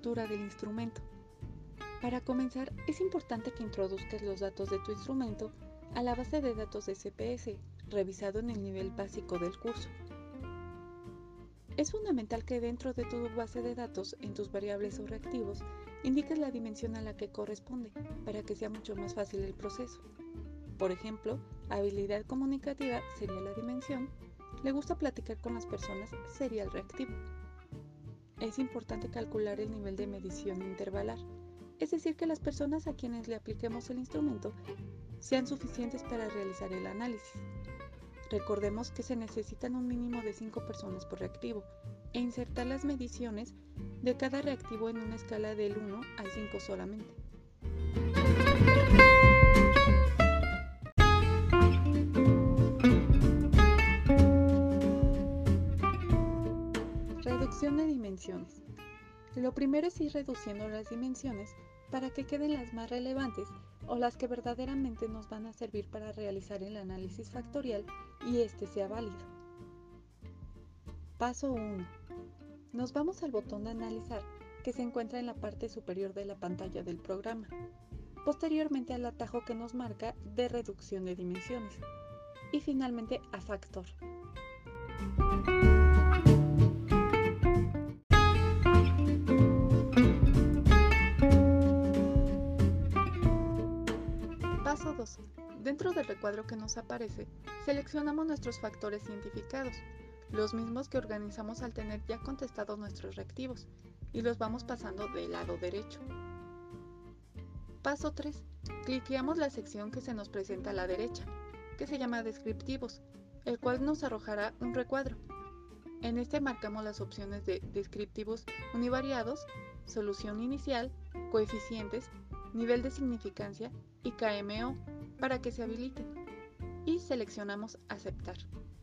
estructura del instrumento. Para comenzar, es importante que introduzcas los datos de tu instrumento a la base de datos de SPS, revisado en el nivel básico del curso. Es fundamental que dentro de tu base de datos, en tus variables o reactivos, indiques la dimensión a la que corresponde, para que sea mucho más fácil el proceso. Por ejemplo, habilidad comunicativa sería la dimensión, le gusta platicar con las personas sería el reactivo. Es importante calcular el nivel de medición intervalar, es decir, que las personas a quienes le apliquemos el instrumento sean suficientes para realizar el análisis. Recordemos que se necesitan un mínimo de 5 personas por reactivo e insertar las mediciones de cada reactivo en una escala del 1 al 5 solamente. Reducción de dimensiones. Lo primero es ir reduciendo las dimensiones para que queden las más relevantes o las que verdaderamente nos van a servir para realizar el análisis factorial y este sea válido. Paso 1. Nos vamos al botón de analizar que se encuentra en la parte superior de la pantalla del programa. Posteriormente al atajo que nos marca de reducción de dimensiones. Y finalmente a factor. Paso 2. Dentro del recuadro que nos aparece, seleccionamos nuestros factores identificados, los mismos que organizamos al tener ya contestados nuestros reactivos, y los vamos pasando del lado derecho. Paso 3. Cliqueamos la sección que se nos presenta a la derecha, que se llama Descriptivos, el cual nos arrojará un recuadro. En este marcamos las opciones de descriptivos univariados, solución inicial, coeficientes, nivel de significancia y KMO para que se habiliten y seleccionamos aceptar.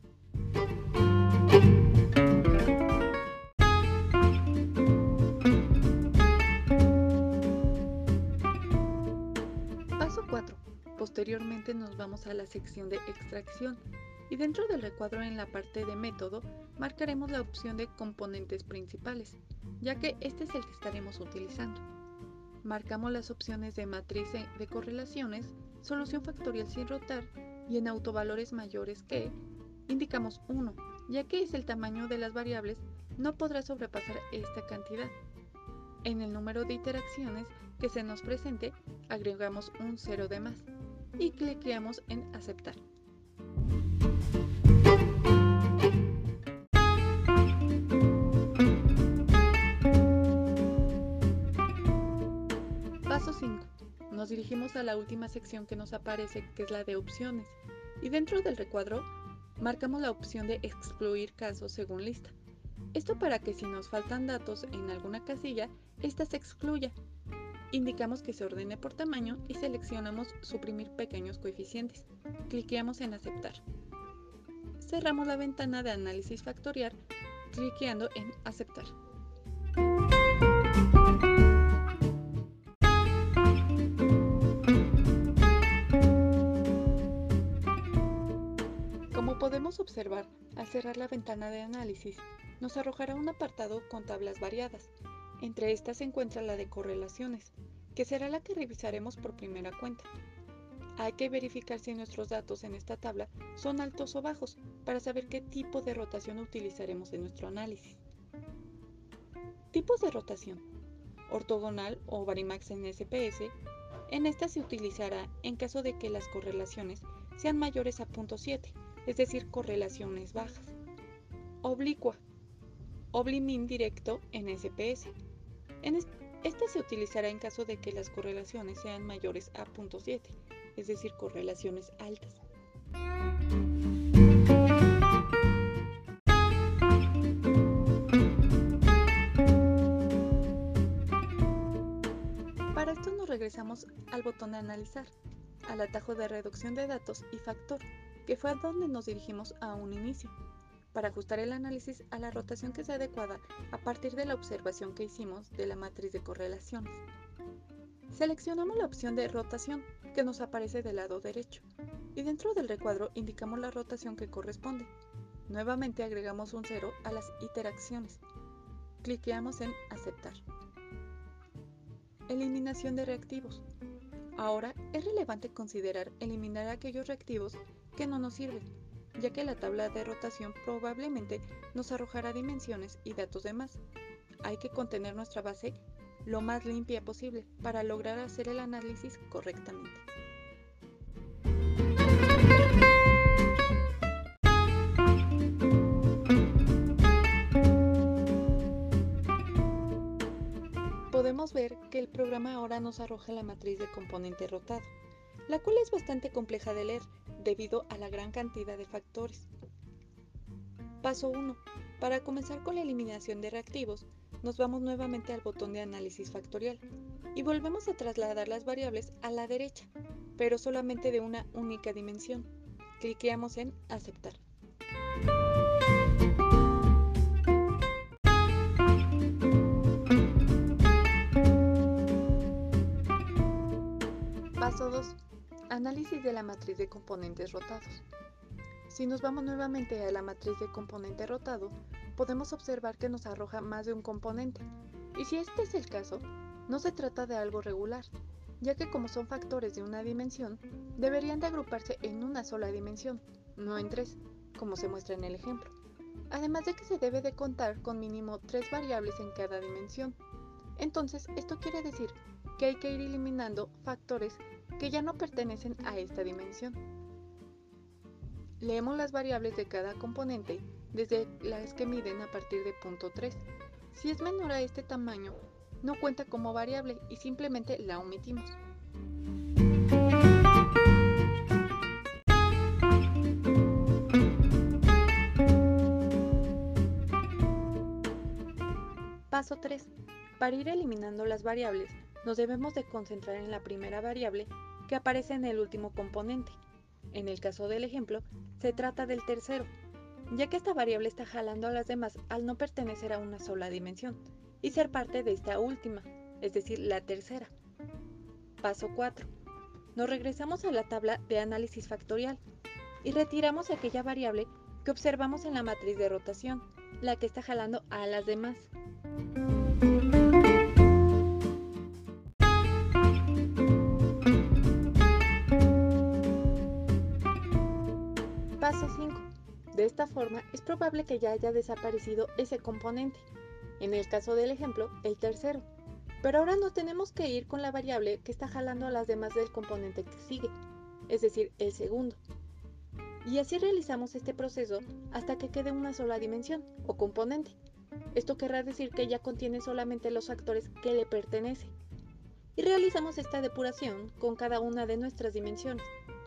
Paso 4. Posteriormente nos vamos a la sección de extracción y dentro del recuadro en la parte de método marcaremos la opción de componentes principales, ya que este es el que estaremos utilizando. Marcamos las opciones de matriz de correlaciones, solución factorial sin rotar y en autovalores mayores que, indicamos 1, ya que es el tamaño de las variables, no podrá sobrepasar esta cantidad. En el número de iteraciones que se nos presente, agregamos un 0 de más y cliqueamos en aceptar. Paso 5. Nos dirigimos a la última sección que nos aparece, que es la de opciones, y dentro del recuadro marcamos la opción de excluir casos según lista. Esto para que si nos faltan datos en alguna casilla, ésta se excluya. Indicamos que se ordene por tamaño y seleccionamos suprimir pequeños coeficientes. Cliqueamos en aceptar. Cerramos la ventana de análisis factorial cliqueando en aceptar. Como podemos observar, al cerrar la ventana de análisis, nos arrojará un apartado con tablas variadas. Entre estas se encuentra la de correlaciones, que será la que revisaremos por primera cuenta. Hay que verificar si nuestros datos en esta tabla son altos o bajos para saber qué tipo de rotación utilizaremos en nuestro análisis. Tipos de rotación. Ortogonal o Varimax en SPS. En esta se utilizará en caso de que las correlaciones sean mayores a 0.7, es decir, correlaciones bajas. Oblicua. Oblimin directo en SPS. Esta se utilizará en caso de que las correlaciones sean mayores a 0.7, es decir, correlaciones altas. Para esto nos regresamos al botón de analizar, al atajo de reducción de datos y factor, que fue a donde nos dirigimos a un inicio, para ajustar el análisis a la rotación que sea adecuada a partir de la observación que hicimos de la matriz de correlaciones. Seleccionamos la opción de rotación, que nos aparece del lado derecho, y dentro del recuadro indicamos la rotación que corresponde. Nuevamente agregamos un 0 a las iteraciones. Cliqueamos en aceptar. Eliminación de reactivos. Ahora es relevante considerar eliminar aquellos reactivos que no nos sirven, ya que la tabla de rotación probablemente nos arrojará dimensiones y datos de más. Hay que contener nuestra base lo más limpia posible para lograr hacer el análisis correctamente. Podemos ver que el programa ahora nos arroja la matriz de componente rotado, la cual es bastante compleja de leer debido a la gran cantidad de factores. Paso 1. Para comenzar con la eliminación de reactivos, nos vamos nuevamente al botón de análisis factorial y volvemos a trasladar las variables a la derecha, pero solamente de una única dimensión. Cliqueamos en aceptar. Paso 2. Análisis de la matriz de componentes rotados. Si nos vamos nuevamente a la matriz de componente rotado, podemos observar que nos arroja más de un componente. Y si este es el caso, no se trata de algo regular, ya que como son factores de una dimensión, deberían de agruparse en una sola dimensión, no en tres, como se muestra en el ejemplo. Además de que se debe de contar con mínimo 3 variables en cada dimensión. Entonces, esto quiere decir que hay que ir eliminando factores que ya no pertenecen a esta dimensión. Leemos las variables de cada componente desde las que miden a partir de punto 3. Si es menor a este tamaño, no cuenta como variable y simplemente la omitimos. Paso 3. Para ir eliminando las variables, nos debemos de concentrar en la primera variable que aparece en el último componente. En el caso del ejemplo, se trata del tercero, ya que esta variable está jalando a las demás al no pertenecer a una sola dimensión y ser parte de esta última, es decir, la tercera. Paso 4. Nos regresamos a la tabla de análisis factorial y retiramos aquella variable que observamos en la matriz de rotación, la que está jalando a las demás. Paso 5. De esta forma, es probable que ya haya desaparecido ese componente, en el caso del ejemplo, el tercero. Pero ahora nos tenemos que ir con la variable que está jalando a las demás del componente que sigue, es decir, el segundo. Y así realizamos este proceso hasta que quede una sola dimensión o componente. Esto querrá decir que ya contiene solamente los factores que le pertenecen. Y realizamos esta depuración con cada una de nuestras dimensiones.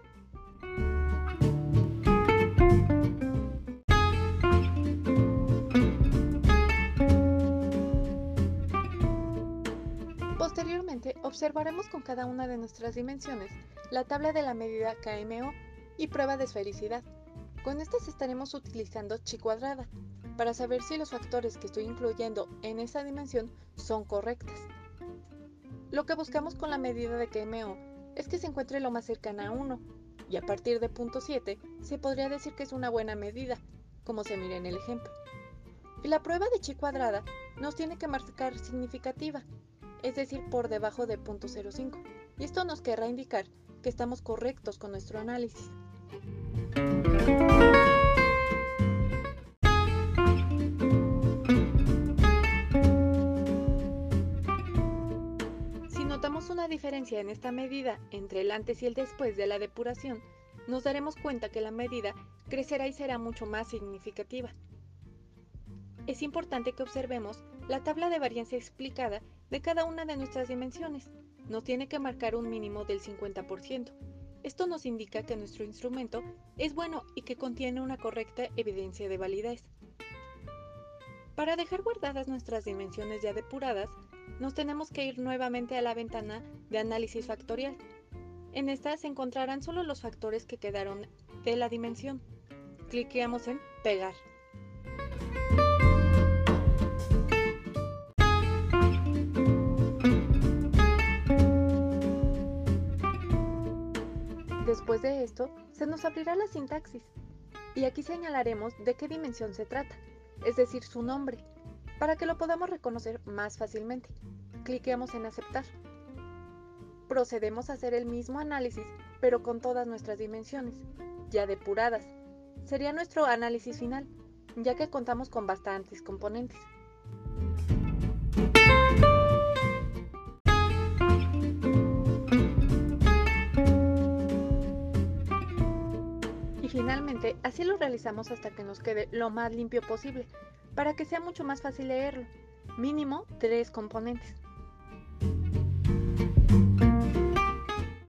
Posteriormente, observaremos con cada una de nuestras dimensiones la tabla de la medida KMO y prueba de esfericidad. Con estas estaremos utilizando chi cuadrada para saber si los factores que estoy incluyendo en esa dimensión son correctas. Lo que buscamos con la medida de KMO es que se encuentre lo más cercana a 1, y a partir de punto 7 se podría decir que es una buena medida, como se mira en el ejemplo. Y la prueba de chi cuadrada nos tiene que marcar significativa, es decir, por debajo de 0.05, y esto nos querrá indicar que estamos correctos con nuestro análisis. Si notamos una diferencia en esta medida entre el antes y el después de la depuración, nos daremos cuenta que la medida crecerá y será mucho más significativa. Es importante que observemos la tabla de variancia explicada de cada una de nuestras dimensiones. Nos tiene que marcar un mínimo del 50%. Esto nos indica que nuestro instrumento es bueno y que contiene una correcta evidencia de validez. Para dejar guardadas nuestras dimensiones ya depuradas, nos tenemos que ir nuevamente a la ventana de análisis factorial. En esta se encontrarán solo los factores que quedaron de la dimensión. Cliqueamos en pegar. Después de esto, se nos abrirá la sintaxis, y aquí señalaremos de qué dimensión se trata, es decir, su nombre, para que lo podamos reconocer más fácilmente. Cliqueamos en aceptar. procedemos a hacer el mismo análisis, pero con todas nuestras dimensiones, ya depuradas. Sería nuestro análisis final, ya que contamos con bastantes componentes. Y finalmente, así lo realizamos hasta que nos quede lo más limpio posible, para que sea mucho más fácil leerlo. Mínimo 3 componentes.